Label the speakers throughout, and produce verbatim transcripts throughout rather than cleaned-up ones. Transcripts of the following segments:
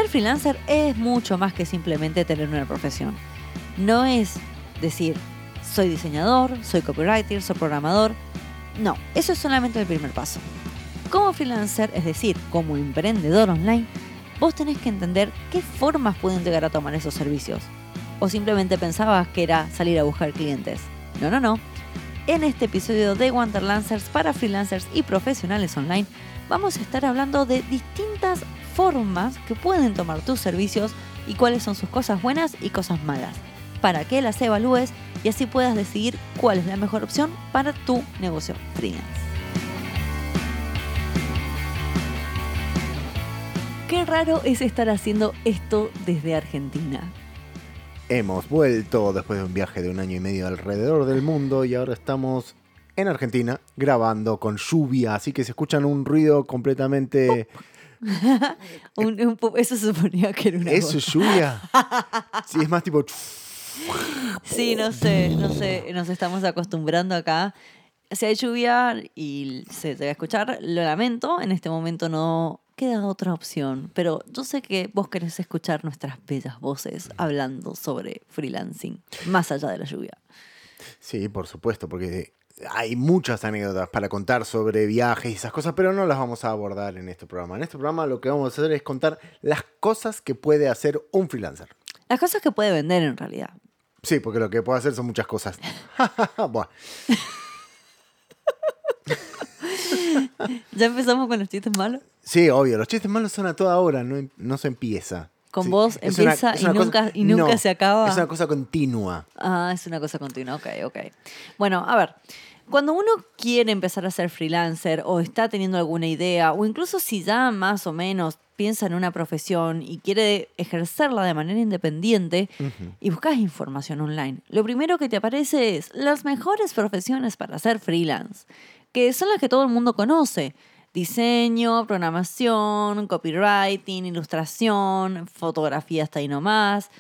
Speaker 1: freelancer es mucho más que simplemente tener una profesión. No es decir, soy diseñador, soy copywriter, soy programador. No, eso es solamente el primer paso. Como freelancer, es decir, como emprendedor online, vos tenés que entender qué formas pueden llegar a tomar esos servicios. ¿O simplemente pensabas que era salir a buscar clientes? No, no, no. En este episodio de Wanderlancers para freelancers y profesionales online, vamos a estar hablando de distintas formas que pueden tomar tus servicios y cuáles son sus cosas buenas y cosas malas, para que las evalúes y así puedas decidir cuál es la mejor opción para tu negocio freelance. Qué raro es estar haciendo esto desde Argentina.
Speaker 2: Hemos vuelto después de un viaje de un año y medio alrededor del mundo y ahora estamos en Argentina grabando con lluvia, así que se escuchan un ruido completamente...
Speaker 1: un, un, eso se suponía que era una
Speaker 2: ¿Eso es lluvia? Sí, es más tipo...
Speaker 1: Sí, no sé, no sé, nos estamos acostumbrando acá. Si hay lluvia y se te va a escuchar, lo lamento, en este momento no queda otra opción, pero yo sé que vos querés escuchar nuestras bellas voces hablando sobre freelancing, más allá de la lluvia.
Speaker 2: Sí, por supuesto, porque hay muchas anécdotas para contar sobre viajes y esas cosas, pero no las vamos a abordar en este programa. En este programa lo que vamos a hacer es contar las cosas que puede hacer un freelancer.
Speaker 1: Las cosas que puede vender en realidad.
Speaker 2: Sí, porque lo que puede hacer son muchas cosas.
Speaker 1: ¿Ya empezamos con los chistes malos?
Speaker 2: Sí, obvio, los chistes malos son a toda hora, no, no se empieza.
Speaker 1: Con
Speaker 2: sí.
Speaker 1: vos
Speaker 2: es
Speaker 1: empieza
Speaker 2: una, es
Speaker 1: y,
Speaker 2: una
Speaker 1: nunca,
Speaker 2: cosa,
Speaker 1: y nunca
Speaker 2: no,
Speaker 1: se acaba.
Speaker 2: Es una cosa continua.
Speaker 1: Ah, es una cosa continua, ok, ok. Bueno, a ver, cuando uno quiere empezar a ser freelancer o está teniendo alguna idea, o incluso si ya más o menos piensa en una profesión y quiere ejercerla de manera independiente, uh-huh. y buscas información online, lo primero que te aparece es las mejores profesiones para ser freelance, que son las que todo el mundo conoce. Diseño, programación, copywriting, ilustración, fotografía hasta ahí nomás.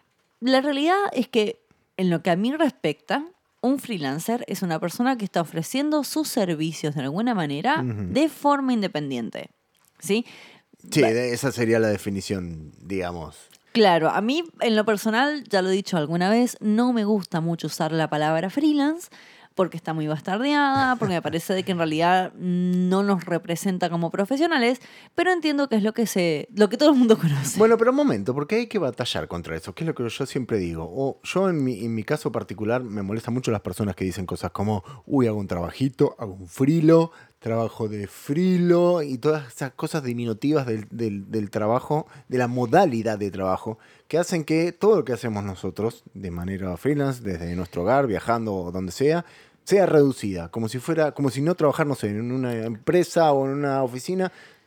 Speaker 1: La realidad es que, en lo que a mí respecta, un freelancer es una persona que está ofreciendo sus servicios de alguna manera uh-huh. de forma independiente. ¿Sí?
Speaker 2: Sí, esa sería la definición, digamos.
Speaker 1: Claro, a mí, en lo personal, ya lo he dicho alguna vez, no me gusta mucho usar la palabra freelance, porque está muy bastardeada, porque me parece de que en realidad no nos representa como profesionales, pero entiendo que es lo que se, lo que todo el mundo conoce.
Speaker 2: Bueno, pero un momento, porque hay que batallar contra eso, que es lo que yo siempre digo. O yo en mi, en mi caso particular me molesta mucho las personas que dicen cosas como, uy, hago un trabajito, hago un frilo, trabajo de frilo y todas esas cosas diminutivas del, del, del trabajo, de la modalidad de trabajo, que hacen que todo lo que hacemos nosotros de manera freelance, desde nuestro hogar, viajando o donde sea, sea reducida, como si fuera, como si no trabajar, no sé, en una empresa o en una oficina,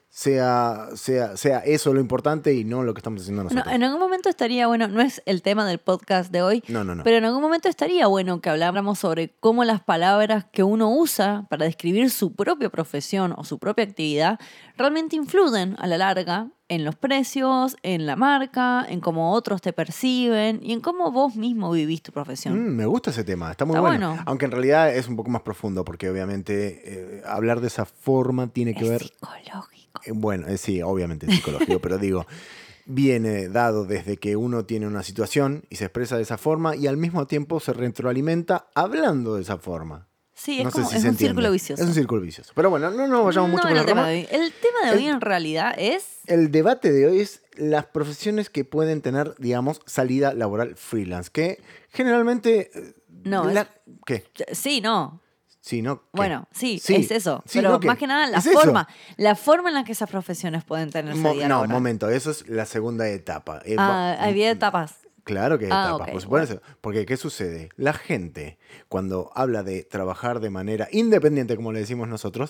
Speaker 2: sea, sea, sea eso lo importante y no lo que estamos haciendo nosotros.
Speaker 1: No, en algún momento estaría bueno, no es el tema del podcast de hoy,
Speaker 2: no, no, no.
Speaker 1: pero en algún momento estaría bueno que habláramos sobre cómo las palabras que uno usa para describir su propia profesión o su propia actividad realmente influyen a la larga en los precios, en la marca, en cómo otros te perciben y en cómo vos mismo vivís tu profesión.
Speaker 2: Mm, me gusta ese tema, está muy
Speaker 1: está
Speaker 2: bueno.
Speaker 1: bueno.
Speaker 2: Aunque en realidad es un poco más profundo porque obviamente eh, hablar de esa forma tiene que
Speaker 1: es
Speaker 2: ver...
Speaker 1: psicológico.
Speaker 2: Eh, bueno, eh, sí, obviamente es psicológico, pero digo, viene dado desde que uno tiene una situación y se expresa de esa forma y al mismo tiempo se retroalimenta hablando de esa forma.
Speaker 1: Sí, es,
Speaker 2: no
Speaker 1: como,
Speaker 2: sé si
Speaker 1: es
Speaker 2: se
Speaker 1: un
Speaker 2: entiende.
Speaker 1: círculo vicioso.
Speaker 2: Es un círculo vicioso. Pero bueno, no nos vayamos
Speaker 1: no
Speaker 2: mucho por
Speaker 1: el
Speaker 2: la
Speaker 1: tema
Speaker 2: rama.
Speaker 1: de hoy. El tema de hoy
Speaker 2: el,
Speaker 1: en realidad es...
Speaker 2: El debate de hoy es las profesiones que pueden tener, digamos, salida laboral freelance. Que generalmente...
Speaker 1: No,
Speaker 2: la,
Speaker 1: es...
Speaker 2: ¿Qué?
Speaker 1: Sí, no.
Speaker 2: Sí, ¿no? ¿Qué?
Speaker 1: Bueno, sí,
Speaker 2: sí,
Speaker 1: es eso.
Speaker 2: Sí,
Speaker 1: pero
Speaker 2: ¿no?
Speaker 1: más que nada la
Speaker 2: ¿Es
Speaker 1: forma.
Speaker 2: Eso?
Speaker 1: La forma en la que esas profesiones pueden tener
Speaker 2: Mo-
Speaker 1: salida
Speaker 2: No,
Speaker 1: laboral.
Speaker 2: momento, eso es la segunda etapa. Eh,
Speaker 1: Ah,
Speaker 2: va-
Speaker 1: había etapas.
Speaker 2: Claro que hay
Speaker 1: Ah,
Speaker 2: etapas,
Speaker 1: okay,
Speaker 2: por supuesto.
Speaker 1: bueno.
Speaker 2: Porque, ¿qué sucede? La gente, cuando habla de trabajar de manera independiente, como le decimos nosotros,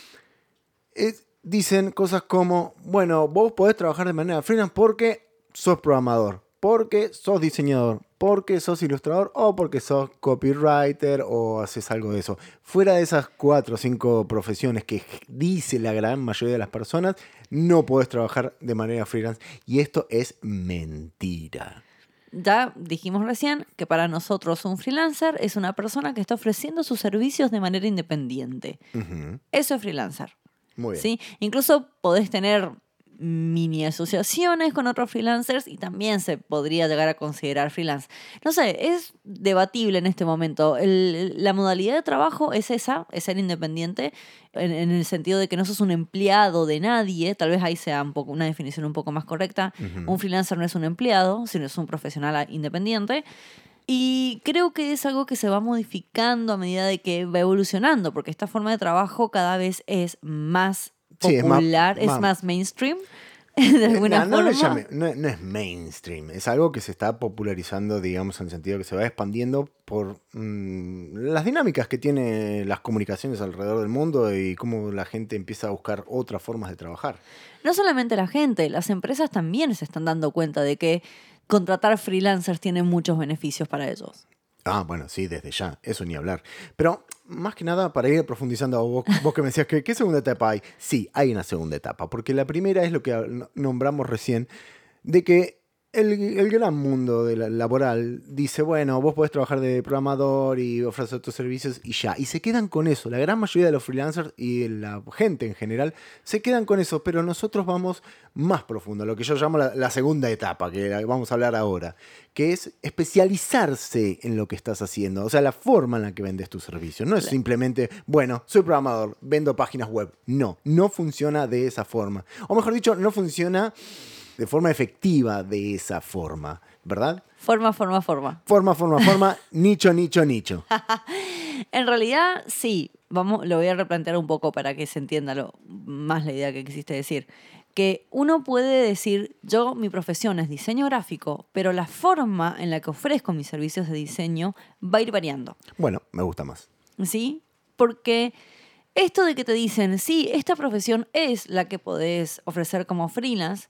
Speaker 2: es, dicen cosas como, bueno, vos podés trabajar de manera freelance porque sos programador, porque sos diseñador, porque sos ilustrador o porque sos copywriter o haces algo de eso. Fuera de esas cuatro o cinco profesiones que dice la gran mayoría de las personas, no podés trabajar de manera freelance. Y esto es mentira.
Speaker 1: Ya dijimos recién que para nosotros un freelancer es una persona que está ofreciendo sus servicios de manera independiente.
Speaker 2: Uh-huh.
Speaker 1: Eso es freelancer.
Speaker 2: Muy bien.
Speaker 1: ¿Sí? Incluso podés tener mini asociaciones con otros freelancers y también se podría llegar a considerar freelance. No sé, es debatible en este momento. El, la modalidad de trabajo es esa, es ser independiente, en, en el sentido de que no sos un empleado de nadie. Tal vez ahí sea un poco, una definición un poco más correcta. Uh-huh. Un freelancer no es un empleado, sino es un profesional independiente. Y creo que es algo que se va modificando a medida de que va evolucionando, porque esta forma de trabajo cada vez es más popular, sí, es, más, es más, más mainstream, de alguna
Speaker 2: no,
Speaker 1: forma.
Speaker 2: No, llame, no, no es mainstream, es algo que se está popularizando, digamos, en el sentido que se va expandiendo por mmm, las dinámicas que tiene las comunicaciones alrededor del mundo y cómo la gente empieza a buscar otras formas de trabajar.
Speaker 1: No solamente la gente, las empresas también se están dando cuenta de que contratar freelancers tiene muchos beneficios para ellos.
Speaker 2: Ah, bueno, sí, desde ya, eso ni hablar. Pero más que nada, para ir profundizando, vos, vos que me decías que ¿qué segunda etapa hay? Sí, hay una segunda etapa, porque la primera es lo que nombramos recién, de que el, el gran mundo de la, laboral dice, bueno, vos podés trabajar de programador y ofrecer tus servicios y ya. Y se quedan con eso. La gran mayoría de los freelancers y la gente en general se quedan con eso, pero nosotros vamos más profundo, lo que yo llamo la, la segunda etapa, que vamos a hablar ahora, que es especializarse en lo que estás haciendo. O sea, la forma en la que vendes tus servicios. No es simplemente, bueno, soy programador, vendo páginas web. No, no funciona de esa forma. O mejor dicho, no funciona de forma efectiva de esa forma, ¿verdad?
Speaker 1: Forma, forma, forma.
Speaker 2: Forma, forma, forma, nicho, nicho, nicho.
Speaker 1: En realidad, sí. Vamos, lo voy a replantear un poco para que se entienda lo, más la idea que quisiste decir. Que uno puede decir, yo, mi profesión es diseño gráfico, pero la forma en la que ofrezco mis servicios de diseño va a ir variando.
Speaker 2: Bueno, me gusta más.
Speaker 1: ¿Sí? Porque esto de que te dicen, sí, esta profesión es la que podés ofrecer como freelance,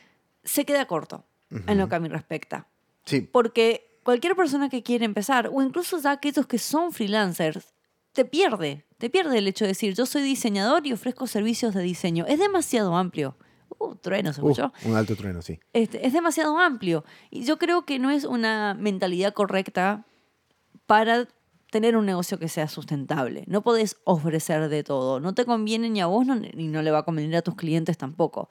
Speaker 1: se queda corto uh-huh. en lo que a mí respecta.
Speaker 2: Sí.
Speaker 1: Porque cualquier persona que quiere empezar, o incluso ya aquellos que son freelancers, te pierde. Te pierde el hecho de decir, yo soy diseñador y ofrezco servicios de diseño. Es demasiado amplio. Uh, trueno, se escuchó.
Speaker 2: Uh, un alto trueno, sí.
Speaker 1: Este, es demasiado amplio. Y yo creo que no es una mentalidad correcta para tener un negocio que sea sustentable. No podés ofrecer de todo. No te conviene ni a vos no, ni no le va a convenir a tus clientes tampoco.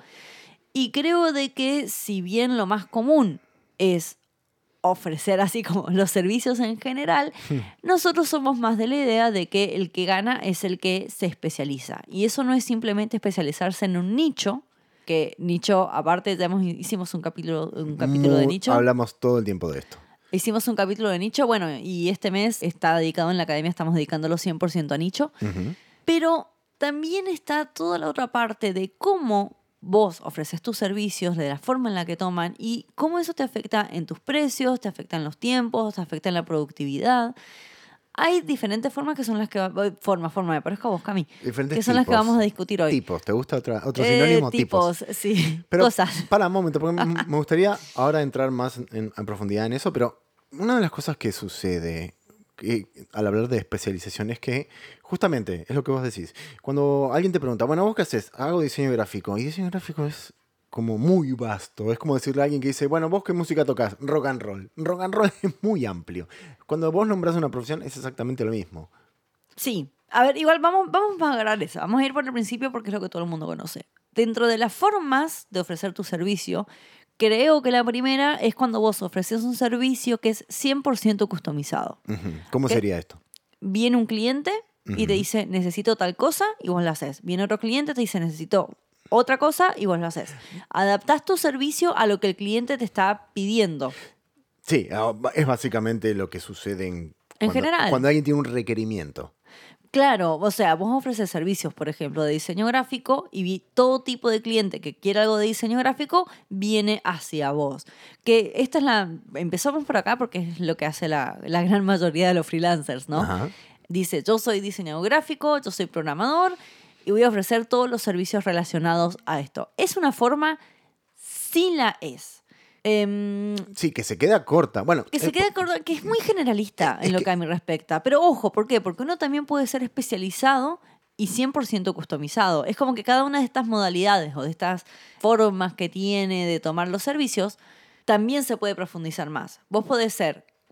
Speaker 1: Y creo de que si bien lo más común es ofrecer así como los servicios en general, nosotros somos más de la idea de que el que gana es el que se especializa. Y eso no es simplemente especializarse en un nicho, que nicho, aparte ya hemos, hicimos un capítulo, un capítulo
Speaker 2: Muy,
Speaker 1: de nicho.
Speaker 2: Hablamos todo el tiempo de esto.
Speaker 1: Hicimos un capítulo de nicho, bueno, y este mes está dedicado en la academia, estamos dedicándolo cien por ciento a nicho. Uh-huh. Pero también está toda la otra parte de cómo vos ofreces tus servicios, de la forma en la que toman y cómo eso te afecta en tus precios, te afecta en los tiempos, te afecta en la productividad. Hay diferentes formas que son las que... Forma, forma, me parezco a vos, Cami.
Speaker 2: Diferentes
Speaker 1: que son
Speaker 2: tipos,
Speaker 1: las que vamos a discutir hoy.
Speaker 2: Tipos, ¿te gusta otra, otro
Speaker 1: eh,
Speaker 2: sinónimo?
Speaker 1: Tipos,
Speaker 2: tipos,
Speaker 1: sí.
Speaker 2: Pero
Speaker 1: cosas.
Speaker 2: Para un momento, porque me gustaría ahora entrar más en, en profundidad en eso, pero una de las cosas que sucede que, al hablar de especialización es que justamente es lo que vos decís. Cuando alguien te pregunta, bueno, ¿vos qué haces? Hago diseño gráfico. Y diseño gráfico es como muy vasto. Es como decirle a alguien que dice, bueno, ¿vos qué música tocas? Rock and roll. Rock and roll es muy amplio. Cuando vos nombrás una profesión es exactamente lo mismo.
Speaker 1: Sí. A ver, igual vamos, vamos a agarrar eso. Vamos a ir por el principio porque es lo que todo el mundo conoce. Dentro de las formas de ofrecer tu servicio, creo que la primera es cuando vos ofreces un servicio que es cien por ciento customizado.
Speaker 2: Uh-huh. ¿Cómo sería esto?
Speaker 1: Viene un cliente uh-huh. y te dice, necesito tal cosa, y vos lo haces. Viene otro cliente, te dice, necesito otra cosa, y vos lo haces. Adaptás tu servicio a lo que el cliente te está pidiendo.
Speaker 2: Sí, es básicamente lo que sucede en,
Speaker 1: en
Speaker 2: cuando,
Speaker 1: general.
Speaker 2: Cuando alguien tiene un requerimiento.
Speaker 1: Claro, o sea, vos ofreces servicios, por ejemplo, de diseño gráfico y todo tipo de cliente que quiera algo de diseño gráfico viene hacia vos. Que esta es la... Empezamos por acá porque es lo que hace la, la gran mayoría de los freelancers, ¿no?
Speaker 2: Ajá.
Speaker 1: Dice, yo soy diseñador gráfico, yo soy programador y voy a ofrecer todos los servicios relacionados a esto. ¿Es una forma? Sí la es. Eh,
Speaker 2: sí, que se queda corta. Bueno,
Speaker 1: que se queda corta, que es muy generalista en lo que a mí respecta. Pero ojo, ¿por qué? Porque uno también puede ser especializado y cien por ciento customizado. Es como que cada una de estas modalidades o de estas formas que tiene de tomar los servicios también se puede profundizar más. Vos podés ser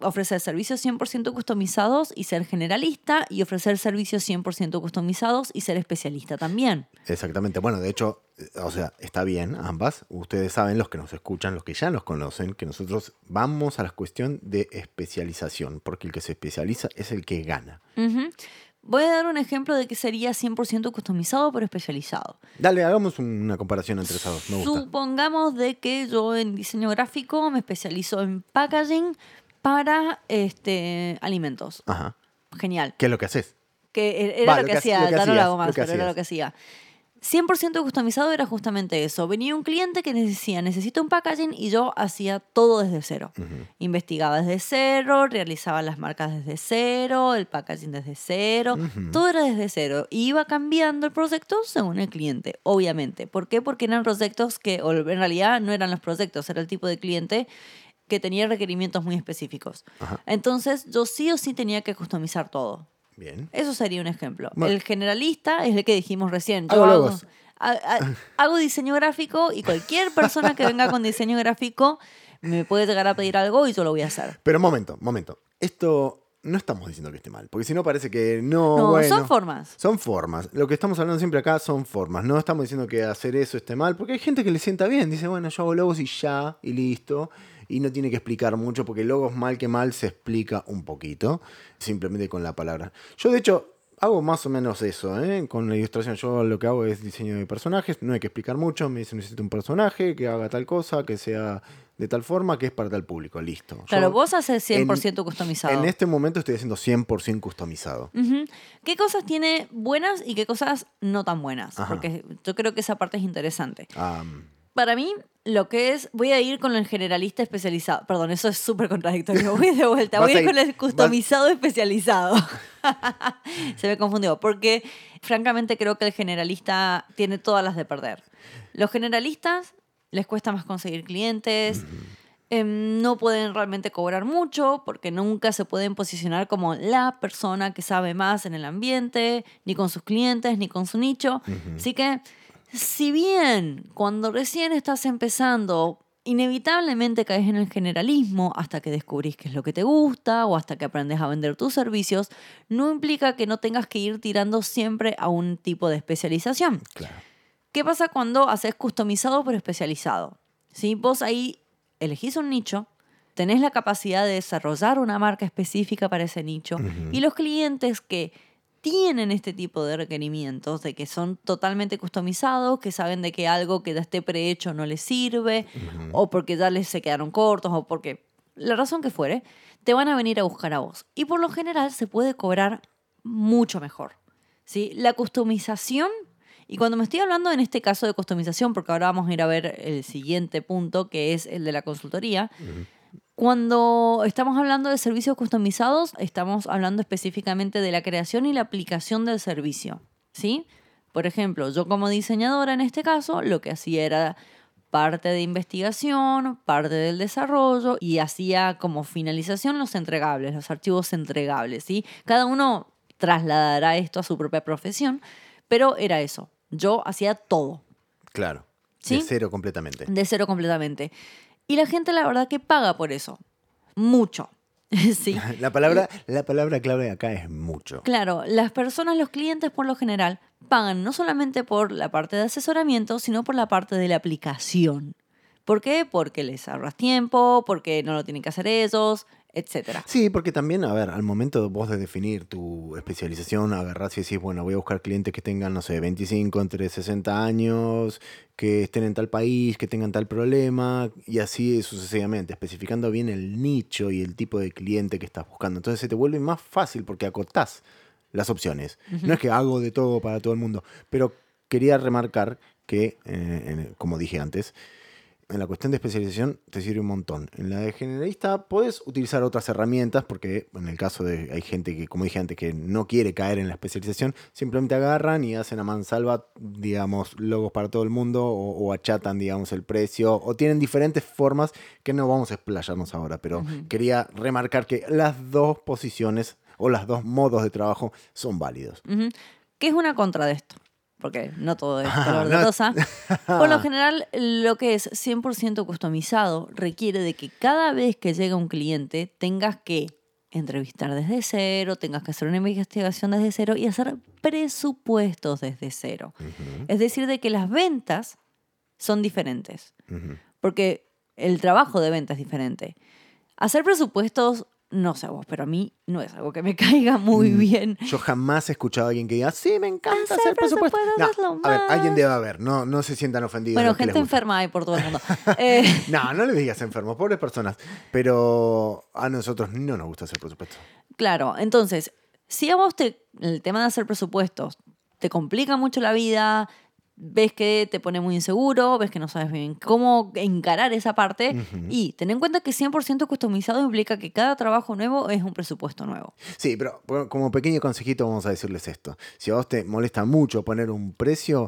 Speaker 1: ofrecer servicios cien por ciento customizados y ser generalista, y ofrecer servicios cien por ciento customizados y ser especialista también.
Speaker 2: Exactamente. Bueno, de hecho, o sea, está bien ambas. Ustedes saben, los que nos escuchan, los que ya nos conocen, que nosotros vamos a la cuestión de especialización, porque el que se especializa es el que gana.
Speaker 1: Uh-huh. Voy a dar un ejemplo de que sería cien por ciento customizado pero especializado.
Speaker 2: Dale, hagamos una comparación entre esos dos. Me gusta.
Speaker 1: Supongamos de que yo en diseño gráfico me especializo en packaging para este, alimentos.
Speaker 2: Ajá.
Speaker 1: Genial.
Speaker 2: ¿Qué es lo que haces?
Speaker 1: Que era
Speaker 2: Va,
Speaker 1: lo,
Speaker 2: lo
Speaker 1: que
Speaker 2: que
Speaker 1: hacía,
Speaker 2: ha- lo que
Speaker 1: ya no lo
Speaker 2: hacías,
Speaker 1: hago más,
Speaker 2: lo que
Speaker 1: pero era
Speaker 2: hacías.
Speaker 1: lo que hacía. cien por ciento customizado era justamente eso. Venía un cliente que decía, necesito un packaging, y yo hacía todo desde cero.
Speaker 2: Ujú.
Speaker 1: Investigaba desde cero, realizaba las marcas desde cero, el packaging desde cero,
Speaker 2: Ujú.
Speaker 1: todo era desde cero. Y iba cambiando el proyecto según el cliente, obviamente. ¿Por qué? Porque eran proyectos que, o en realidad no eran los proyectos, era el tipo de cliente que tenía requerimientos muy específicos.
Speaker 2: Ajá.
Speaker 1: Entonces yo sí o sí tenía que customizar todo.
Speaker 2: Bien.
Speaker 1: Eso sería un ejemplo.
Speaker 2: Bueno.
Speaker 1: El generalista es el que dijimos recién. Yo
Speaker 2: Hago
Speaker 1: hago,
Speaker 2: logos.
Speaker 1: ha- ha- hago diseño gráfico, y cualquier persona que venga con diseño gráfico me puede llegar a pedir algo y yo lo voy a hacer.
Speaker 2: Pero momento, momento. Esto no estamos diciendo que esté mal, porque si no parece que no,
Speaker 1: No,
Speaker 2: bueno.
Speaker 1: son formas.
Speaker 2: Son formas. Lo que estamos hablando siempre acá son formas. No estamos diciendo que hacer eso esté mal, porque hay gente que le sienta bien. Dice, bueno, yo hago logos y ya, y listo. Y no tiene que explicar mucho, porque logos mal que mal se explica un poquito, simplemente con la palabra. Yo, de hecho, hago más o menos eso, ¿eh? Con la ilustración. Yo lo que hago es diseño de personajes. No hay que explicar mucho. Me dice, necesito un personaje que haga tal cosa, que sea de tal forma, que es para tal público. Listo.
Speaker 1: Claro,
Speaker 2: Yo,
Speaker 1: vos haces cien por
Speaker 2: en-
Speaker 1: ciento customizado.
Speaker 2: En este momento estoy haciendo cien por ciento customizado.
Speaker 1: Ujú. ¿Qué cosas tiene buenas y qué cosas no tan buenas?
Speaker 2: Ajá.
Speaker 1: Porque yo creo que esa parte es interesante.
Speaker 2: Ah,
Speaker 1: Para mí, lo que es... Voy a ir con el generalista especializado. Perdón, eso es súper contradictorio. Voy de vuelta.
Speaker 2: Vas
Speaker 1: Voy a
Speaker 2: a
Speaker 1: ir
Speaker 2: ir-
Speaker 1: con el customizado especializado. Se me confundió. Porque, francamente, creo que el generalista tiene todas las de perder. Los generalistas les cuesta más conseguir clientes. em, no pueden realmente cobrar mucho porque nunca se pueden posicionar como la persona que sabe más en el ambiente, ni con sus clientes, ni con su nicho. Así que, si bien cuando recién estás empezando, inevitablemente caes en el generalismo hasta que descubrís qué es lo que te gusta o hasta que aprendes a vender tus servicios, no implica que no tengas que ir tirando siempre a un tipo de especialización.
Speaker 2: claro.
Speaker 1: ¿Qué pasa cuando haces customizado pero especializado? ¿Sí? Vos ahí elegís un nicho, tenés la capacidad de desarrollar una marca específica para ese nicho,
Speaker 2: Ujú.
Speaker 1: y los clientes que tienen este tipo de requerimientos, de que son totalmente customizados, que saben de que algo que ya esté prehecho no les sirve,
Speaker 2: Ujú.
Speaker 1: o porque ya les se quedaron cortos, o porque la razón que fuere, te van a venir a buscar a vos. Y por lo general se puede cobrar mucho mejor. ¿Sí? La customización, y cuando me estoy hablando en este caso de customización, porque ahora vamos a ir a ver el siguiente punto, que es el de la consultoría, cuando estamos hablando de servicios customizados, estamos hablando específicamente de la creación y la aplicación del servicio, ¿sí? Por ejemplo, yo como diseñadora en este caso, lo que hacía era parte de investigación, parte del desarrollo, y hacía como finalización los entregables, los archivos entregables, ¿sí? Cada uno trasladará esto a su propia profesión, pero era eso. Yo hacía todo,
Speaker 2: Claro.
Speaker 1: ¿sí?
Speaker 2: De cero completamente.
Speaker 1: de cero completamente. Y la gente, la verdad, que paga por eso. Mucho. Sí.
Speaker 2: La palabra, la palabra clave acá es mucho.
Speaker 1: Claro, las personas, los clientes por lo general, pagan no solamente por la parte de asesoramiento, sino por la parte de la aplicación. ¿Por qué? Porque les ahorras tiempo, porque no lo tienen que hacer ellos, etcétera.
Speaker 2: Sí, porque también, a ver, al momento de vos de definir tu especialización, agarrás y decís, bueno, voy a buscar clientes que tengan, no sé, veinticinco, entre sesenta años, que estén en tal país, que tengan tal problema, y así sucesivamente, especificando bien el nicho y el tipo de cliente que estás buscando. Entonces se te vuelve más fácil porque acotás las opciones.
Speaker 1: Ujú.
Speaker 2: No es que hago de todo para todo el mundo, pero quería remarcar que, eh, en- como dije antes, en la cuestión de especialización te sirve un montón. En la de generalista puedes utilizar otras herramientas porque en el caso de hay gente que, como dije antes, que no quiere caer en la especialización, simplemente agarran y hacen a mansalva, digamos, logos para todo el mundo o, o achatan, digamos, el precio o tienen diferentes formas que no vamos a explayarnos ahora, pero
Speaker 1: Ujú.
Speaker 2: quería remarcar que las dos posiciones o los dos modos de trabajo son válidos.
Speaker 1: Ujú. ¿Qué es una contra de esto? porque no todo es
Speaker 2: Ah,
Speaker 1: color de
Speaker 2: no.
Speaker 1: rosa. Por lo general, lo que es cien por ciento customizado requiere de que cada vez que llega un cliente tengas que entrevistar desde cero, tengas que hacer una investigación desde cero y hacer presupuestos desde cero.
Speaker 2: Ujú,
Speaker 1: Es decir, de que las ventas son diferentes,
Speaker 2: ujú.
Speaker 1: porque el trabajo de venta es diferente. Hacer presupuestos, no sé vos, pero a mí no es algo que me caiga muy
Speaker 2: Mm,
Speaker 1: bien.
Speaker 2: Yo jamás he escuchado a alguien que diga, sí, me encanta
Speaker 1: Hacer
Speaker 2: hacer presupuesto.
Speaker 1: presupuestos es
Speaker 2: No,
Speaker 1: lo
Speaker 2: a ver, alguien
Speaker 1: más.
Speaker 2: debe haber, no, no se sientan ofendidos.
Speaker 1: Bueno,
Speaker 2: los que
Speaker 1: gente
Speaker 2: les gusta.
Speaker 1: enferma hay por todo el mundo. Eh,
Speaker 2: No, no le digas enfermos, pobres personas. Pero a nosotros no nos gusta hacer presupuesto.
Speaker 1: claro, entonces, si a vos te, el tema de hacer presupuestos te complica mucho la vida, ves que te pone muy inseguro, ves que no sabes bien cómo encarar esa parte,
Speaker 2: Ujú.
Speaker 1: y ten en cuenta que cien por ciento customizado implica que cada trabajo nuevo es un presupuesto nuevo.
Speaker 2: Sí, pero bueno, como pequeño consejito vamos a decirles esto. Si a vos te molesta mucho poner un precio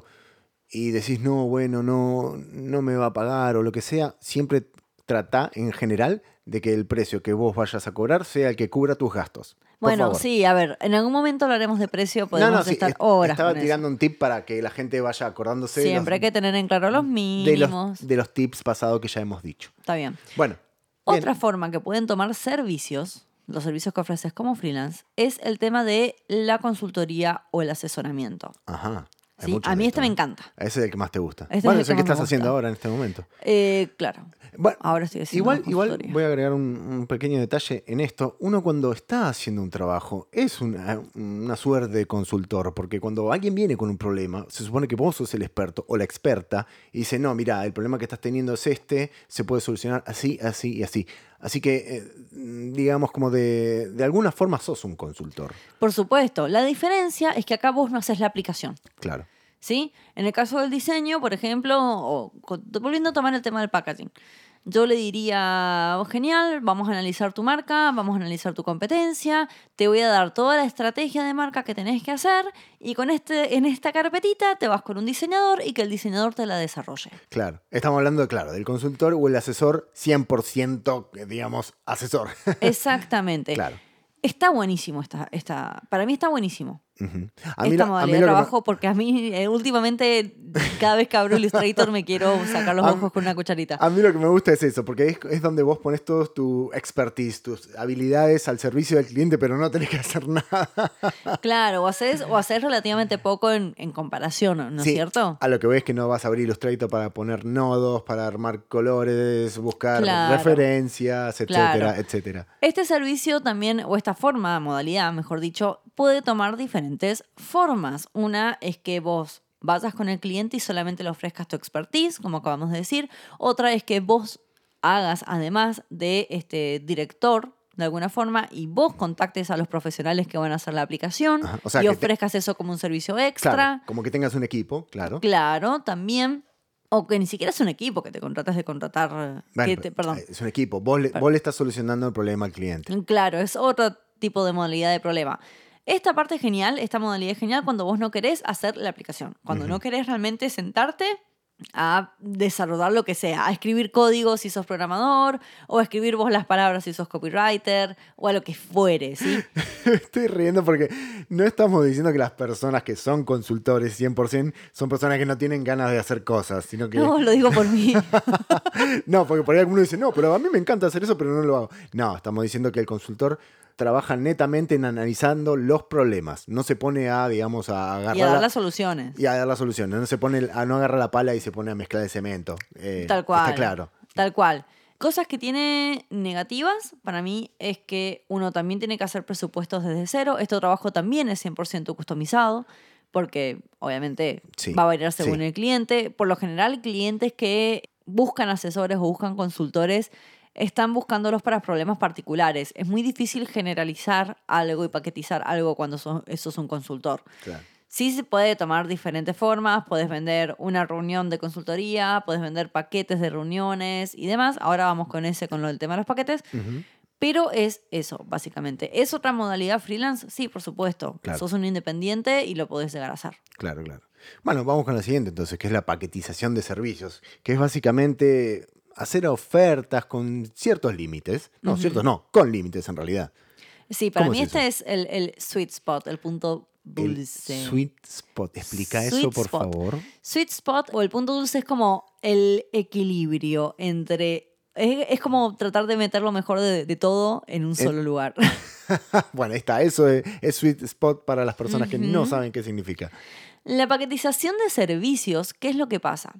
Speaker 2: y decís, no, bueno, no, no me va a pagar o lo que sea, siempre trata en general de que el precio que vos vayas a cobrar sea el que cubra tus gastos. Por
Speaker 1: Bueno,
Speaker 2: favor.
Speaker 1: sí, a ver, en algún momento hablaremos de precio,
Speaker 2: No,
Speaker 1: podemos
Speaker 2: no, sí,
Speaker 1: estar
Speaker 2: est-
Speaker 1: horas
Speaker 2: estaba
Speaker 1: con
Speaker 2: tirando
Speaker 1: eso.
Speaker 2: un tip para que la gente vaya acordándose de los,
Speaker 1: Siempre hay que tener en claro los
Speaker 2: de
Speaker 1: mínimos.
Speaker 2: los, de los tips pasados que ya hemos dicho.
Speaker 1: Está bien.
Speaker 2: Bueno, bien.
Speaker 1: Otra forma que pueden tomar servicios, los servicios que ofreces como freelance, es el tema de la consultoría o el asesoramiento.
Speaker 2: Ajá. hay
Speaker 1: ¿Sí?
Speaker 2: mucho
Speaker 1: A
Speaker 2: de
Speaker 1: mí
Speaker 2: esto,
Speaker 1: este me
Speaker 2: ¿eh?
Speaker 1: encanta.
Speaker 2: Ese es el que más te gusta.
Speaker 1: Este
Speaker 2: bueno,
Speaker 1: es
Speaker 2: es
Speaker 1: el
Speaker 2: el
Speaker 1: que
Speaker 2: que
Speaker 1: más me
Speaker 2: estás haciendo
Speaker 1: gusta.
Speaker 2: ahora en este momento.
Speaker 1: Eh, claro.
Speaker 2: Bueno,
Speaker 1: Ahora estoy haciendo
Speaker 2: igual,
Speaker 1: una
Speaker 2: igual
Speaker 1: consultoría.
Speaker 2: voy a agregar un, un pequeño detalle en esto. Uno cuando está haciendo un trabajo es una, una suerte de consultor, porque cuando alguien viene con un problema, se supone que vos sos el experto o la experta y dice, no, mira, el problema que estás teniendo es este, se puede solucionar así, así y así. Así que, eh, digamos, como de, de alguna forma sos un consultor.
Speaker 1: Por supuesto. La diferencia es que acá vos no haces la aplicación.
Speaker 2: Claro.
Speaker 1: ¿Sí? En el caso del diseño, por ejemplo, o con- volviendo a tomar el tema del packaging, yo le diría, oh, genial, vamos a analizar tu marca, vamos a analizar tu competencia, te voy a dar toda la estrategia de marca que tenés que hacer y con este, en esta carpetita te vas con un diseñador y que el diseñador te la desarrolle.
Speaker 2: Claro. Estamos hablando, claro, del consultor o el asesor cien por ciento, digamos, asesor.
Speaker 1: Exactamente.
Speaker 2: Claro.
Speaker 1: Está buenísimo, esta, esta, para mí está buenísimo.
Speaker 2: Ujú. A mí
Speaker 1: Esta
Speaker 2: lo- a mí
Speaker 1: modalidad de
Speaker 2: lo que me-
Speaker 1: trabajo, porque a mí eh, últimamente cada vez que abro Illustrator me quiero sacar los
Speaker 2: A-
Speaker 1: ojos con una cucharita.
Speaker 2: A mí lo que me gusta es eso, porque es, es donde vos pones todo tu expertise, tus habilidades al servicio del cliente, pero no tenés que hacer nada.
Speaker 1: Claro, o haces, o haces relativamente poco en, en comparación, ¿no es
Speaker 2: Sí,
Speaker 1: cierto?
Speaker 2: A lo que ves que no vas a abrir Illustrator para poner nodos, para armar colores, buscar
Speaker 1: Claro.
Speaker 2: referencias, etcétera,
Speaker 1: Claro.
Speaker 2: etcétera.
Speaker 1: Este servicio también, o esta forma, modalidad, mejor dicho, puede tomar diferentes formas. Una es que vos vayas con el cliente y solamente le ofrezcas tu expertise, como acabamos de decir. Otra es que vos hagas, además de este director, de alguna forma, y vos contactes a los profesionales que van a hacer la aplicación
Speaker 2: Ajá, o sea
Speaker 1: y
Speaker 2: que te-
Speaker 1: ofrezcas eso como un servicio extra.
Speaker 2: Claro, como que tengas un equipo, claro.
Speaker 1: Claro, también. O que ni siquiera es un equipo, que te contratas de contratar.
Speaker 2: Bueno,
Speaker 1: que te-
Speaker 2: pero,
Speaker 1: perdón.
Speaker 2: eh, es un equipo, vos le, vos le estás solucionando el problema al cliente.
Speaker 1: Claro, es otro tipo de modalidad de problema. Esta parte es genial, esta modalidad es genial cuando vos no querés hacer la aplicación. Cuando no querés realmente sentarte a desarrollar lo que sea, a escribir código si sos programador, o a escribir vos las palabras si sos copywriter, o a lo que fuere, ¿sí?
Speaker 2: Me estoy riendo porque no estamos diciendo que las personas que son consultores cien por ciento son personas que no tienen ganas de hacer cosas, sino que...
Speaker 1: No, lo digo por mí.
Speaker 2: No, porque por ahí alguno dice, no, pero a mí me encanta hacer eso, pero no lo hago. No, estamos diciendo que el consultor trabaja netamente en analizando los problemas. No se pone a, digamos, a agarrar...
Speaker 1: Y a dar
Speaker 2: la-
Speaker 1: las soluciones.
Speaker 2: y a dar las soluciones. No se pone a no agarrar la pala y se pone a mezclar el cemento. Eh,
Speaker 1: Tal cual.
Speaker 2: Está claro.
Speaker 1: Tal cual. Cosas que tiene negativas, para mí, es que uno también tiene que hacer presupuestos desde cero. Este trabajo también es cien por ciento customizado, porque obviamente
Speaker 2: Sí,
Speaker 1: va a variar según
Speaker 2: sí.
Speaker 1: el cliente. Por lo general, clientes que buscan asesores o buscan consultores están buscándolos para problemas particulares. Es muy difícil generalizar algo y paquetizar algo cuando sos, eso es un consultor.
Speaker 2: Claro.
Speaker 1: Sí se puede tomar diferentes formas, puedes vender una reunión de consultoría, puedes vender paquetes de reuniones y demás. Ahora vamos con ese, con lo del tema de los paquetes.
Speaker 2: Ujú.
Speaker 1: Pero es eso, básicamente. ¿Es otra modalidad freelance? Sí, por supuesto.
Speaker 2: Claro.
Speaker 1: Sos un independiente y lo podés llegar a hacer.
Speaker 2: Claro, claro. Bueno, vamos con la siguiente entonces, que es la paquetización de servicios, que es básicamente hacer ofertas con ciertos límites. No,
Speaker 1: Ujú.
Speaker 2: ciertos no, con límites en realidad.
Speaker 1: Sí, para
Speaker 2: ¿Cómo
Speaker 1: mí
Speaker 2: es
Speaker 1: este es el, el sweet spot, el punto dulce.
Speaker 2: El sweet spot. Explica
Speaker 1: Sweet
Speaker 2: eso, por
Speaker 1: spot.
Speaker 2: favor.
Speaker 1: Sweet spot o el punto dulce es como el equilibrio entre... Es, es como tratar de meter lo mejor de, de todo en un solo lugar.
Speaker 2: Bueno, ahí está. Eso es, es sweet spot para las personas que no
Speaker 1: Ujú.
Speaker 2: saben qué significa.
Speaker 1: La paquetización de servicios, ¿qué es lo que pasa?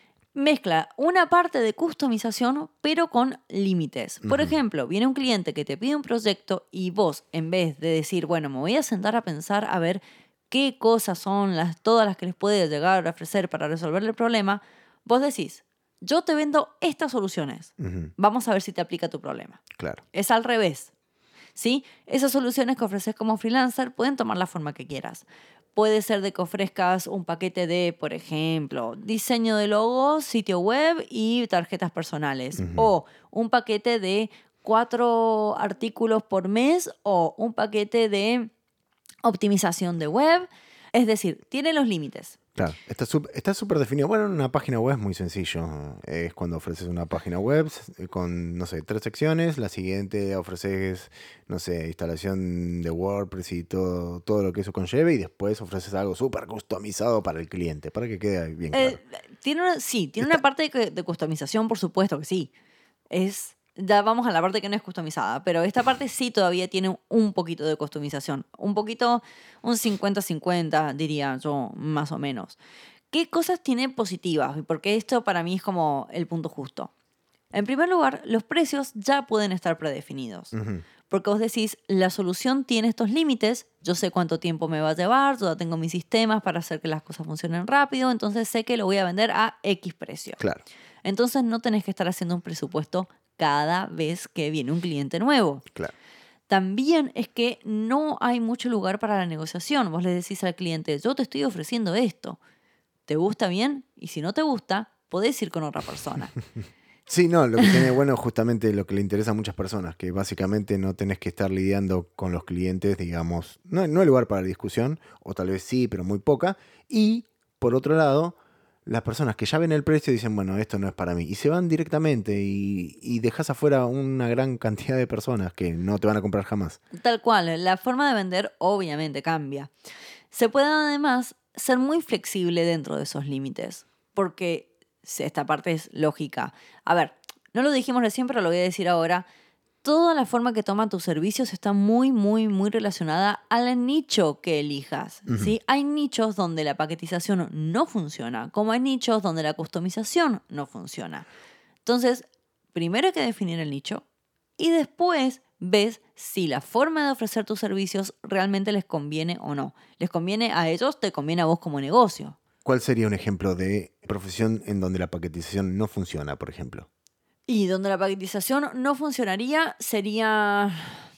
Speaker 1: Mezcla una parte de customización, pero con límites. Por
Speaker 2: Ujú.
Speaker 1: ejemplo, viene un cliente que te pide un proyecto y vos, en vez de decir, bueno, me voy a sentar a pensar a ver qué cosas son las, todas las que les puede llegar a ofrecer para resolver el problema, vos decís, yo te vendo estas soluciones.
Speaker 2: Ujú.
Speaker 1: Vamos a ver si te aplica tu problema.
Speaker 2: Claro.
Speaker 1: Es al revés. ¿Sí? Esas soluciones que ofreces como freelancer pueden tomar la forma que quieras. Puede ser de que ofrezcas un paquete de, por ejemplo, diseño de logos, sitio web y tarjetas personales.
Speaker 2: Ujú.
Speaker 1: O un paquete de cuatro artículos por mes o un paquete de optimización de web. Es decir, tiene los límites.
Speaker 2: Claro, está sup- está súper definido. Bueno, en una página web es muy sencillo. Es cuando ofreces una página web con, no sé, tres secciones. La siguiente ofreces, no sé, instalación de WordPress y todo, todo lo que eso conlleve. Y después ofreces algo súper customizado para el cliente, para que quede bien claro.
Speaker 1: Eh, tiene una, sí, tiene
Speaker 2: Está-
Speaker 1: una parte de, que- de customización, por supuesto que sí. Es, ya vamos a la parte que no es customizada, pero esta parte sí todavía tiene un poquito de customización. Un poquito, un cincuenta cincuenta, diría yo, más o menos. ¿Qué cosas tiene positivas? Porque esto para mí es como el punto justo. En primer lugar, los precios ya pueden estar predefinidos.
Speaker 2: Ujú.
Speaker 1: Porque vos decís, la solución tiene estos límites, yo sé cuánto tiempo me va a llevar, yo ya tengo mis sistemas para hacer que las cosas funcionen rápido, entonces sé que lo voy a vender a X precio.
Speaker 2: Claro.
Speaker 1: Entonces no tenés que estar haciendo un presupuesto cada vez que viene un cliente nuevo.
Speaker 2: Claro.
Speaker 1: También es que no hay mucho lugar para la negociación. Vos le decís al cliente, yo te estoy ofreciendo esto. ¿Te gusta bien? Y si no te gusta, podés ir con otra persona.
Speaker 2: Sí, no, lo que tiene bueno es justamente lo que le interesa a muchas personas, que básicamente no tenés que estar lidiando con los clientes, digamos, no, no hay lugar para la discusión, o tal vez sí, pero muy poca. Y, por otro lado, las personas que ya ven el precio dicen, bueno, esto no es para mí, y se van directamente y, y dejas afuera una gran cantidad de personas que no te van a comprar jamás.
Speaker 1: Tal cual, la forma de vender obviamente cambia. Se puede además ser muy flexible dentro de esos límites, porque esta parte es lógica. A ver, no lo dijimos recién, pero lo voy a decir ahora. Toda la forma que toma tus servicios está muy, muy, muy relacionada al nicho que elijas.
Speaker 2: Ujú.
Speaker 1: ¿Sí? Hay nichos donde la paquetización no funciona, como hay nichos donde la customización no funciona. Entonces, primero hay que definir el nicho y después ves si la forma de ofrecer tus servicios realmente les conviene o no. ¿Les conviene a ellos? ¿Te conviene a vos como negocio?
Speaker 2: ¿Cuál sería un ejemplo de profesión en donde la paquetización no funciona, por ejemplo?
Speaker 1: Y donde la paquetización no funcionaría sería...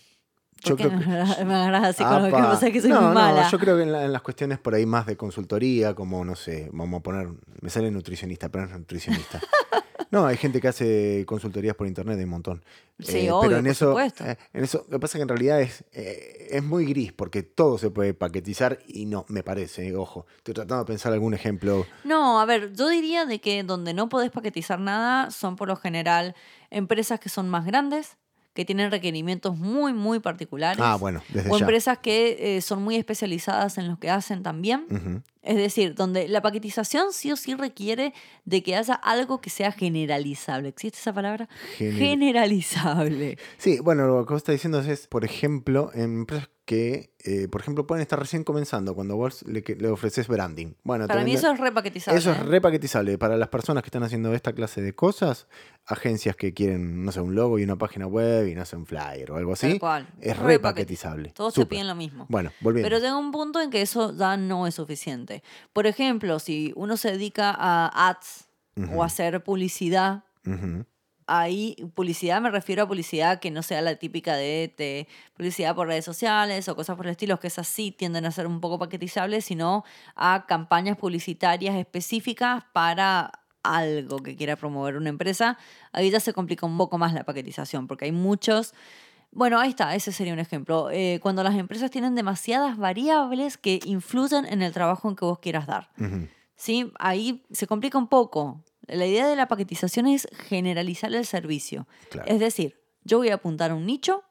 Speaker 2: Yo
Speaker 1: ¿Por qué
Speaker 2: creo que-
Speaker 1: me agarras me agarras así con lo que
Speaker 2: Apa.
Speaker 1: vos sabés que soy
Speaker 2: no,
Speaker 1: muy mala?
Speaker 2: No, yo creo que en, la- en las cuestiones por ahí más de consultoría, como, no sé, vamos a poner, me sale nutricionista, pero no es nutricionista. No, hay gente que hace consultorías por internet, hay un montón.
Speaker 1: Sí,
Speaker 2: Eh,
Speaker 1: obvio,
Speaker 2: pero en
Speaker 1: por
Speaker 2: eso,
Speaker 1: supuesto.
Speaker 2: eh, en eso, lo que pasa es que en realidad es, eh, es muy gris, porque todo se puede paquetizar y no, me parece, eh, ojo. Estoy tratando de pensar algún ejemplo.
Speaker 1: No, a ver, yo diría de que donde no podés paquetizar nada son por lo general empresas que son más grandes, que tienen requerimientos muy, muy particulares.
Speaker 2: Ah, bueno, desde
Speaker 1: O
Speaker 2: ya.
Speaker 1: empresas que eh, son muy especializadas en lo que hacen también.
Speaker 2: Ujú.
Speaker 1: Es decir, donde la paquetización sí o sí requiere de que haya algo que sea generalizable. ¿Existe esa palabra?
Speaker 2: Gener-
Speaker 1: Generalizable.
Speaker 2: Sí, bueno, lo que vos estás diciendo es, por ejemplo, en empresas que, eh, por ejemplo, pueden estar recién comenzando cuando vos le, que- le ofreces branding. Bueno,
Speaker 1: Para
Speaker 2: te
Speaker 1: mí
Speaker 2: venden-
Speaker 1: eso es repaquetizable.
Speaker 2: Eso es
Speaker 1: ¿eh?
Speaker 2: repaquetizable. Para las personas que están haciendo esta clase de cosas, agencias que quieren, no sé, un logo y una página web y no sé, un flyer o algo así,
Speaker 1: Tal cual.
Speaker 2: es
Speaker 1: Repaquet-
Speaker 2: repaquetizable.
Speaker 1: Todos te
Speaker 2: Súper.
Speaker 1: piden lo mismo.
Speaker 2: Bueno, volviendo.
Speaker 1: Pero llega un punto en que eso ya no es suficiente. Por ejemplo, si uno se dedica a ads
Speaker 2: Ujú.
Speaker 1: o a hacer publicidad,
Speaker 2: Ujú.
Speaker 1: ahí publicidad me refiero a publicidad que no sea la típica de, de publicidad por redes sociales o cosas por el estilo, que esas sí tienden a ser un poco paquetizables, sino a campañas publicitarias específicas para algo que quiera promover una empresa. Ahí ya se complica un poco más la paquetización, porque hay muchos... Bueno, ahí está, ese sería un ejemplo. Eh, cuando las empresas tienen demasiadas variables que influyen en el trabajo en que vos quieras dar.
Speaker 2: Ujú.
Speaker 1: ¿Sí? Ahí se complica un poco. La idea de la paquetización es generalizar el servicio.
Speaker 2: Claro.
Speaker 1: Es decir, yo voy a apuntar a un nicho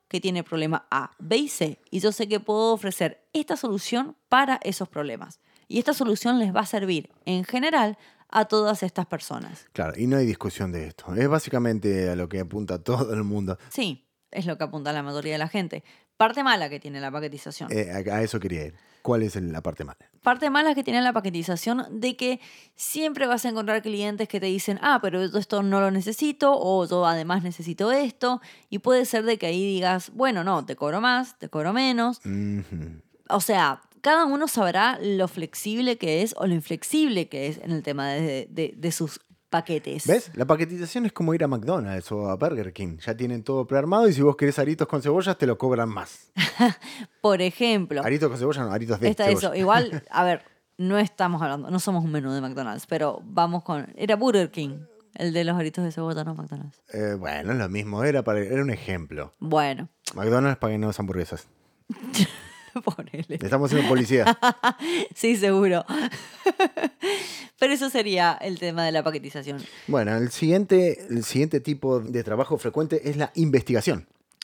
Speaker 1: que tiene problema A, B y C. Y yo sé que puedo ofrecer esta solución para esos problemas. Y esta solución les va a servir, en general, a todas estas personas.
Speaker 2: Claro, y no hay discusión de esto. Es básicamente a lo que apunta todo el mundo.
Speaker 1: Sí, es lo que apunta la mayoría de la gente. Parte mala que tiene la paquetización.
Speaker 2: Eh, a, a eso quería ir. ¿Cuál es el- la parte mala?
Speaker 1: Parte mala que tiene la paquetización de que siempre vas a encontrar clientes que te dicen, ah, pero yo esto no lo necesito, o yo además necesito esto, y puede ser de que ahí digas, bueno, no, te cobro más, te cobro menos.
Speaker 2: Ujú.
Speaker 1: O sea, cada uno sabrá lo flexible que es o lo inflexible que es en el tema de, de- de sus paquetes.
Speaker 2: ¿Ves? La paquetización es como ir a McDonald's o a Burger King. Ya tienen todo prearmado y si vos querés aritos con cebollas te lo cobran más.
Speaker 1: Por ejemplo,
Speaker 2: Aritos con cebolla no, aritos de
Speaker 1: está
Speaker 2: cebolla.
Speaker 1: eso. Igual, a ver, no estamos hablando, no somos un menú de McDonald's, pero vamos con... Era Burger King, el de los aritos de cebolla, no McDonald's.
Speaker 2: Eh, bueno, es lo mismo. Era, para, era un ejemplo.
Speaker 1: Bueno,
Speaker 2: McDonald's paga nuevas hamburguesas.
Speaker 1: ponele.
Speaker 2: Le estamos haciendo publicidad.
Speaker 1: Sí, seguro. Pero eso sería el tema de la paquetización.
Speaker 2: Bueno, el siguiente, el siguiente tipo de trabajo frecuente es la investigación.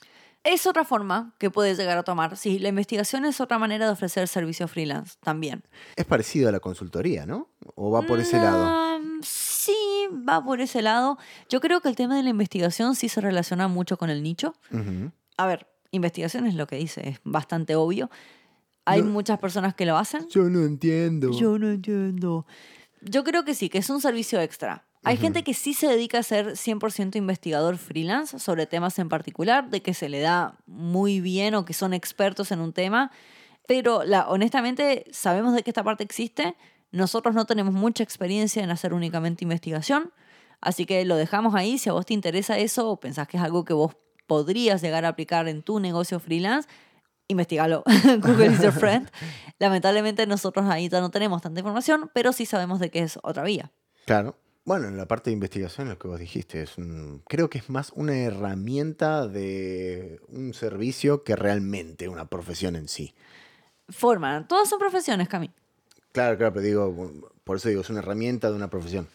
Speaker 1: Es otra forma que puedes llegar a tomar. Sí, la investigación es otra manera de ofrecer servicio freelance también.
Speaker 2: Es parecido a la consultoría, ¿no? ¿O va por ese lado?
Speaker 1: Mm, sí, va por ese lado. Yo creo que el tema de la investigación sí se relaciona mucho con el nicho.
Speaker 2: Ujú.
Speaker 1: A ver, investigación es lo que dice, es bastante obvio. Hay
Speaker 2: No.
Speaker 1: muchas personas que lo hacen.
Speaker 2: Yo no entiendo.
Speaker 1: Yo no entiendo. Yo creo que sí, que es un servicio extra. Hay gente que sí se dedica a ser cien por ciento investigador freelance sobre temas en particular, de que se le da muy bien o que son expertos en un tema, pero la, honestamente sabemos de que esta parte existe. Nosotros no tenemos mucha experiencia en hacer únicamente investigación, así que lo dejamos ahí. Si a vos te interesa eso o pensás que es algo que vos podrías llegar a aplicar en tu negocio freelance, investigalo. Google is your friend. Lamentablemente nosotros ahí ya no tenemos tanta información, pero sí sabemos de qué es otra vía.
Speaker 2: Claro. Bueno, en la parte de investigación, lo que vos dijiste, es un- creo que es más una herramienta de un servicio que realmente una profesión en sí.
Speaker 1: Forman, todas son profesiones, Cami.
Speaker 2: Claro, claro, pero digo, por eso digo, es una herramienta de una profesión.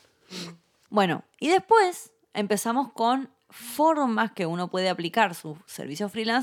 Speaker 1: Bueno, y después empezamos con formas que uno puede aplicar su servicio freelance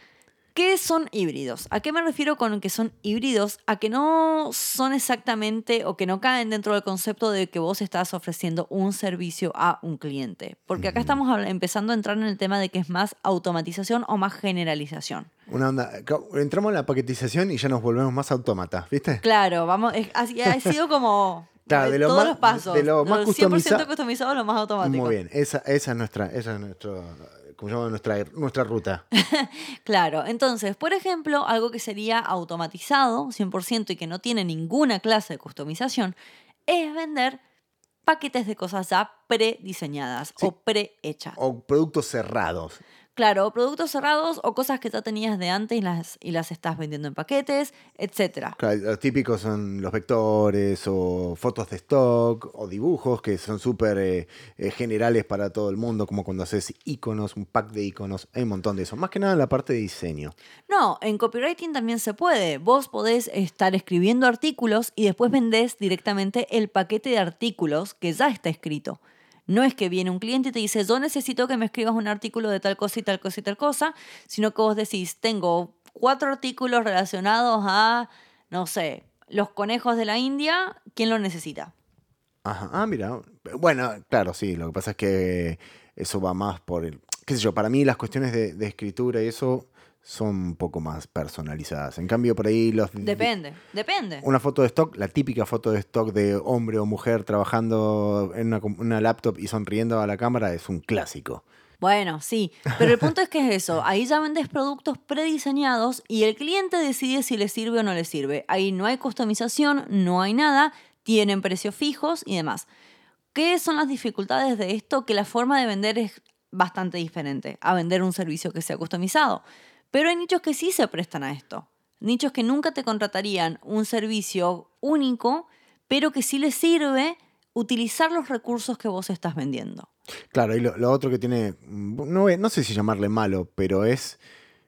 Speaker 1: que son híbridos. ¿A qué me refiero con que son híbridos? A que no son exactamente o que no caen dentro del concepto de que vos estás ofreciendo un servicio a un cliente. Porque acá estamos habla- empezando a entrar en el tema de que es más automatización o más generalización.
Speaker 2: Una onda, ca- entramos en la paquetización y ya nos volvemos más autómatas, ¿viste?
Speaker 1: Claro, vamos, es- así ha sido como
Speaker 2: Claro, de lo
Speaker 1: todos
Speaker 2: más-
Speaker 1: los pasos.
Speaker 2: de lo más
Speaker 1: cien por ciento
Speaker 2: customiza-
Speaker 1: customizado, lo más automático.
Speaker 2: Muy bien, esa, esa es nuestra, esa es nuestro, ¿cómo se llama? Nuestra, nuestra ruta.
Speaker 1: Claro, entonces, por ejemplo, algo que sería automatizado cien por ciento y que no tiene ninguna clase de customización es vender paquetes de cosas ya prediseñadas
Speaker 2: Sí.
Speaker 1: o prehechas.
Speaker 2: O productos cerrados.
Speaker 1: Claro, o productos cerrados o cosas que ya tenías de antes y las, y las estás vendiendo en paquetes, etcétera.
Speaker 2: Claro, los típicos son los vectores o fotos de stock o dibujos que son súper eh, eh, generales para todo el mundo, como cuando haces iconos, un pack de iconos, hay un montón de eso. Más que nada en la parte de diseño.
Speaker 1: No, en copywriting también se puede. Vos podés estar escribiendo artículos y después vendés directamente el paquete de artículos que ya está escrito. No es que viene un cliente y te dice, yo necesito que me escribas un artículo de tal cosa y tal cosa y tal cosa, sino que vos decís, tengo cuatro artículos relacionados a, no sé, los conejos de la India, ¿quién lo necesita?
Speaker 2: Ajá, ah, mira. Bueno, claro, sí, lo que pasa es que eso va más por el... qué sé yo, para mí las cuestiones de, de escritura y eso son un poco más personalizadas. En cambio, por ahí los...
Speaker 1: Depende, depende.
Speaker 2: Una foto de stock, la típica foto de stock de hombre o mujer trabajando en una, com- una laptop y sonriendo a la cámara es un clásico.
Speaker 1: Bueno, sí, pero el punto es que es eso, ahí ya vendes productos prediseñados y el cliente decide si le sirve o no le sirve. Ahí no hay customización, no hay nada, tienen precios fijos y demás. ¿Qué son las dificultades de esto? Que la forma de vender es bastante diferente a vender un servicio que sea customizado. Pero hay nichos que sí se prestan a esto. Nichos que nunca te contratarían un servicio único, pero que sí les sirve utilizar los recursos que vos estás vendiendo.
Speaker 2: Claro, y lo, lo otro que tiene, no, no sé si llamarle malo, pero es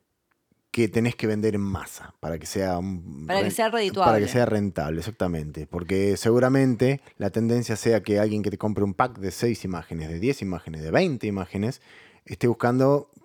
Speaker 2: que tenés que vender en masa para que sea un-
Speaker 1: Para que
Speaker 2: re-
Speaker 1: sea redituable.
Speaker 2: para que sea rentable, exactamente. Porque seguramente la tendencia sea que alguien que te compre un pack de seis imágenes, de diez imágenes, de veinte imágenes, esté buscando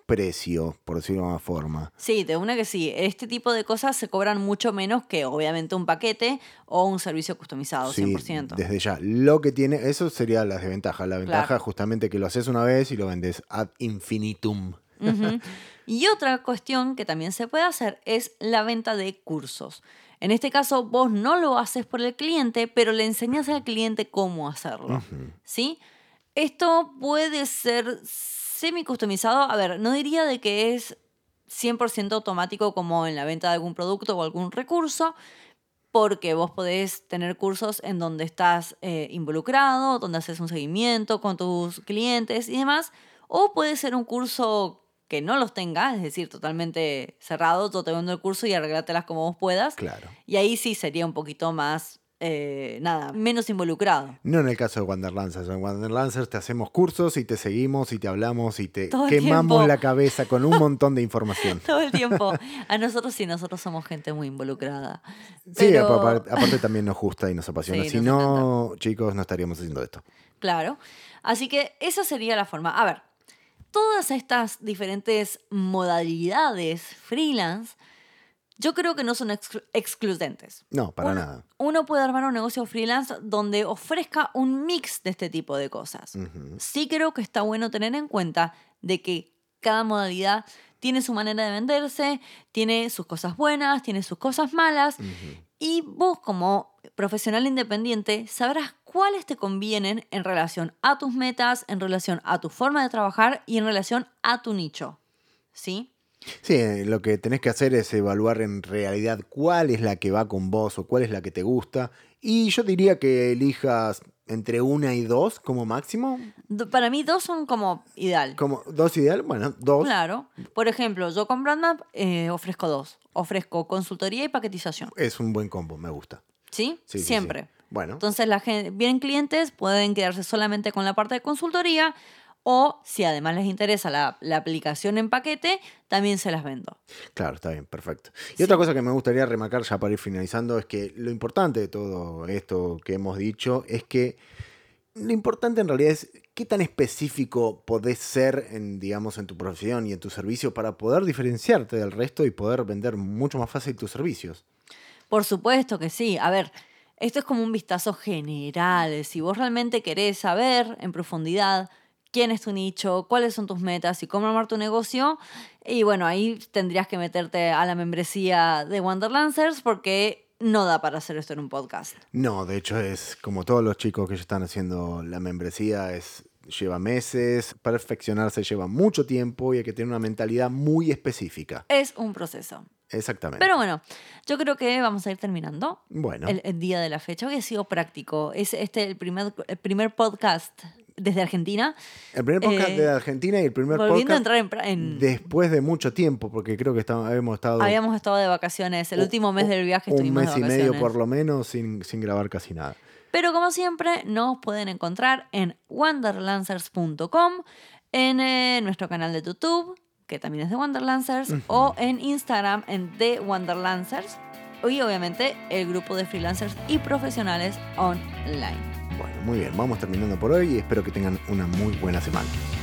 Speaker 2: precio, por decirlo de alguna forma.
Speaker 1: Sí, de una que sí. Este tipo de cosas se cobran mucho menos que obviamente un paquete o un servicio customizado,
Speaker 2: Sí,
Speaker 1: cien por ciento.
Speaker 2: desde ya. Lo que tiene, eso sería la desventaja. La ventaja
Speaker 1: Claro.
Speaker 2: justamente que lo haces una vez y lo vendes ad infinitum.
Speaker 1: Uh-huh. Y otra cuestión que también se puede hacer es la venta de cursos. En este caso, vos no lo haces por el cliente, pero le enseñas al cliente cómo hacerlo.
Speaker 2: Uh-huh.
Speaker 1: ¿Sí? Esto puede ser semi-customizado. A ver, no diría de que es cien por ciento automático como en la venta de algún producto o algún recurso, porque vos podés tener cursos en donde estás eh, involucrado, donde haces un seguimiento con tus clientes y demás, o puede ser un curso que no los tenga, es decir, totalmente cerrado, yo te vendo el curso y arreglatelas como vos puedas.
Speaker 2: Claro.
Speaker 1: Y ahí sí sería un poquito más, eh, nada, menos involucrado.
Speaker 2: No en el caso de Wanderlancers. En Wanderlancers te hacemos cursos y te seguimos y te hablamos y te
Speaker 1: Todo el
Speaker 2: quemamos
Speaker 1: tiempo.
Speaker 2: la cabeza con un montón de información.
Speaker 1: Todo el tiempo. A nosotros sí, nosotros somos gente muy involucrada.
Speaker 2: Sí,
Speaker 1: Pero...
Speaker 2: aparte, aparte también nos gusta y nos apasiona.
Speaker 1: Sí,
Speaker 2: si
Speaker 1: nos
Speaker 2: no, chicos, no estaríamos haciendo esto.
Speaker 1: Claro. Así que esa sería la forma. A ver, todas estas diferentes modalidades freelance, yo creo que no son exclu- excluyentes.
Speaker 2: No, para
Speaker 1: uno,
Speaker 2: nada.
Speaker 1: Uno puede armar un negocio freelance donde ofrezca un mix de este tipo de cosas.
Speaker 2: Uh-huh.
Speaker 1: Sí creo que está bueno tener en cuenta de que cada modalidad tiene su manera de venderse, tiene sus cosas buenas, tiene sus cosas malas.
Speaker 2: Uh-huh.
Speaker 1: Y vos como profesional independiente sabrás cuáles te convienen en relación a tus metas, en relación a tu forma de trabajar y en relación a tu nicho. ¿Sí?
Speaker 2: Sí, lo que tenés que hacer es evaluar en realidad cuál es la que va con vos o cuál es la que te gusta. Y yo diría que elijas entre una y dos como máximo.
Speaker 1: Do- Para mí dos son como ideal.
Speaker 2: Como dos ideal, bueno, dos.
Speaker 1: Claro. Por ejemplo, yo con BrandMap eh, ofrezco dos. Ofrezco consultoría y paquetización.
Speaker 2: Es un buen combo, me gusta.
Speaker 1: ¿Sí?
Speaker 2: Sí, sí,
Speaker 1: Siempre.
Speaker 2: sí. Bueno,
Speaker 1: Entonces, la gente, vienen clientes, pueden quedarse solamente con la parte de consultoría o, si además les interesa la, la aplicación en paquete, también se las vendo.
Speaker 2: claro, está bien, perfecto. Y
Speaker 1: Sí.
Speaker 2: otra cosa que me gustaría remarcar ya para ir finalizando es que lo importante de todo esto que hemos dicho es que lo importante en realidad es qué tan específico podés ser en, digamos, en tu profesión y en tu servicio para poder diferenciarte del resto y poder vender mucho más fácil tus servicios.
Speaker 1: Por supuesto que sí. A ver, esto es como un vistazo general. Si vos realmente querés saber en profundidad quién es tu nicho, cuáles son tus metas y cómo armar tu negocio, y bueno, ahí tendrías que meterte a la membresía de Wanderlancers porque no da para hacer esto en un podcast.
Speaker 2: No, de hecho es como todos los chicos que ya están haciendo la membresía, es lleva meses, perfeccionarse lleva mucho tiempo y hay que tener una mentalidad muy específica.
Speaker 1: Es un proceso.
Speaker 2: Exactamente.
Speaker 1: Pero bueno, yo creo que vamos a ir terminando
Speaker 2: bueno,
Speaker 1: el, el día de la fecha. Hoy ha sido práctico. Es este el primer, el primer podcast desde Argentina.
Speaker 2: el primer podcast
Speaker 1: eh,
Speaker 2: de Argentina y el primer
Speaker 1: Volviendo a
Speaker 2: podcast
Speaker 1: entrar en... pra- en-
Speaker 2: después de mucho tiempo, porque creo que estamos, habíamos estado
Speaker 1: habíamos estado de vacaciones. El
Speaker 2: un-
Speaker 1: último mes del viaje
Speaker 2: un
Speaker 1: estuvimos
Speaker 2: mes
Speaker 1: de
Speaker 2: y
Speaker 1: vacaciones.
Speaker 2: medio por lo menos sin, sin grabar casi nada.
Speaker 1: Pero como siempre, nos pueden encontrar en wanderlancers punto com, en eh, nuestro canal de YouTube, que también es de Wanderlancers,
Speaker 2: Ujú.
Speaker 1: o en Instagram en The Wanderlancers, y obviamente el grupo de freelancers y profesionales online.
Speaker 2: Bueno, muy bien, vamos terminando por hoy y espero que tengan una muy buena semana.